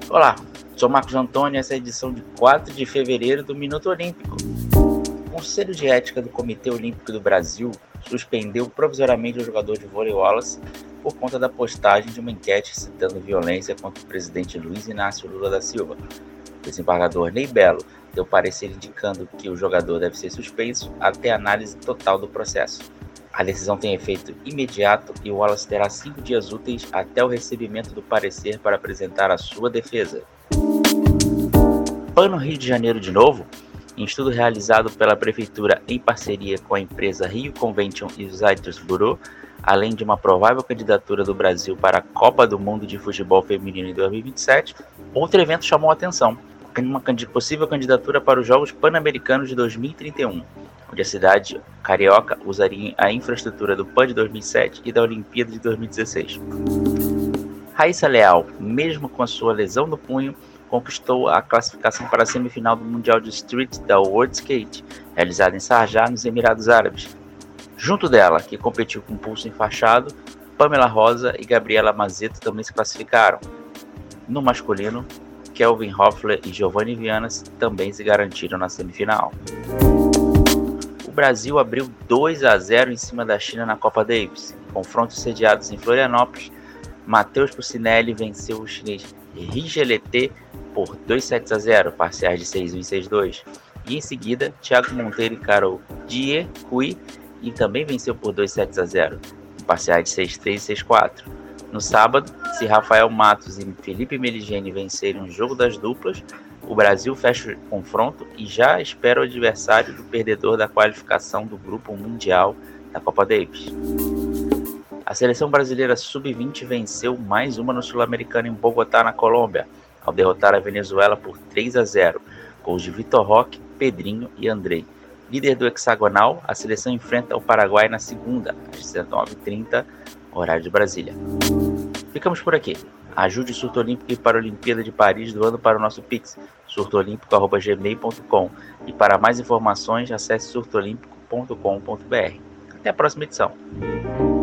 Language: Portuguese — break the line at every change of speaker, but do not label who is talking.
Olá, sou Marcos Antônio e essa é a edição de 4 de fevereiro do Minuto Olímpico. O Conselho de Ética do Comitê Olímpico do Brasil suspendeu provisoriamente o jogador de vôlei Wallace por conta da postagem de uma enquete citando violência contra o presidente Luiz Inácio Lula da Silva. O desembargador Ney Belo deu parecer indicando que o jogador deve ser suspenso até análise total do processo. A decisão tem efeito imediato e o Wallace terá 5 dias úteis até o recebimento do parecer para apresentar a sua defesa. PAN no Rio de Janeiro de novo? Em estudo realizado pela Prefeitura em parceria com a empresa Rio Convention e Visitors Bureau, além de uma provável candidatura do Brasil para a Copa do Mundo de Futebol Feminino em 2027, outro evento chamou a atenção, uma possível candidatura para os Jogos Pan-Americanos de 2031, onde a cidade carioca usaria a infraestrutura do PAN de 2007 e da Olimpíada de 2016. Raíssa Leal, mesmo com a sua lesão no punho, conquistou a classificação para a semifinal do Mundial de Street da World Skate, realizada em Sharjah, nos Emirados Árabes. Junto dela, que competiu com pulso enfaixado, Pamela Rosa e Gabriela Mazzetto também se classificaram. No masculino, Kelvin Hoffler e Giovanni Vianas também se garantiram na semifinal. O Brasil abriu 2-0 em cima da China na Copa Davis. Confrontos sediados em Florianópolis, Matheus Pucinelli venceu o chinês Rigelete por 2-0, parciais de 6-1 e 6-2. E em seguida, Thiago Monteiro encarou Die Cui e também venceu por 2-0, parciais de 6-3 e 6-4. No sábado, se Rafael Matos e Felipe Meligeni vencerem o jogo das duplas, o Brasil fecha o confronto e já espera o adversário do perdedor da qualificação do Grupo Mundial da Copa Davis. A seleção brasileira sub-20 venceu mais uma no Sul-Americano em Bogotá, na Colômbia, ao derrotar a Venezuela por 3-0, gols de Vitor Roque, Pedrinho e Andrei. Líder do hexagonal, a seleção enfrenta o Paraguai na segunda, às 19h30, horário de Brasília. Ficamos por aqui. Ajude o Surto Olímpico e Paralimpíada de Paris doando para o nosso Pix, surtoolimpico@gmail.com, e para mais informações acesse surtoolimpico.com.br. Até a próxima edição.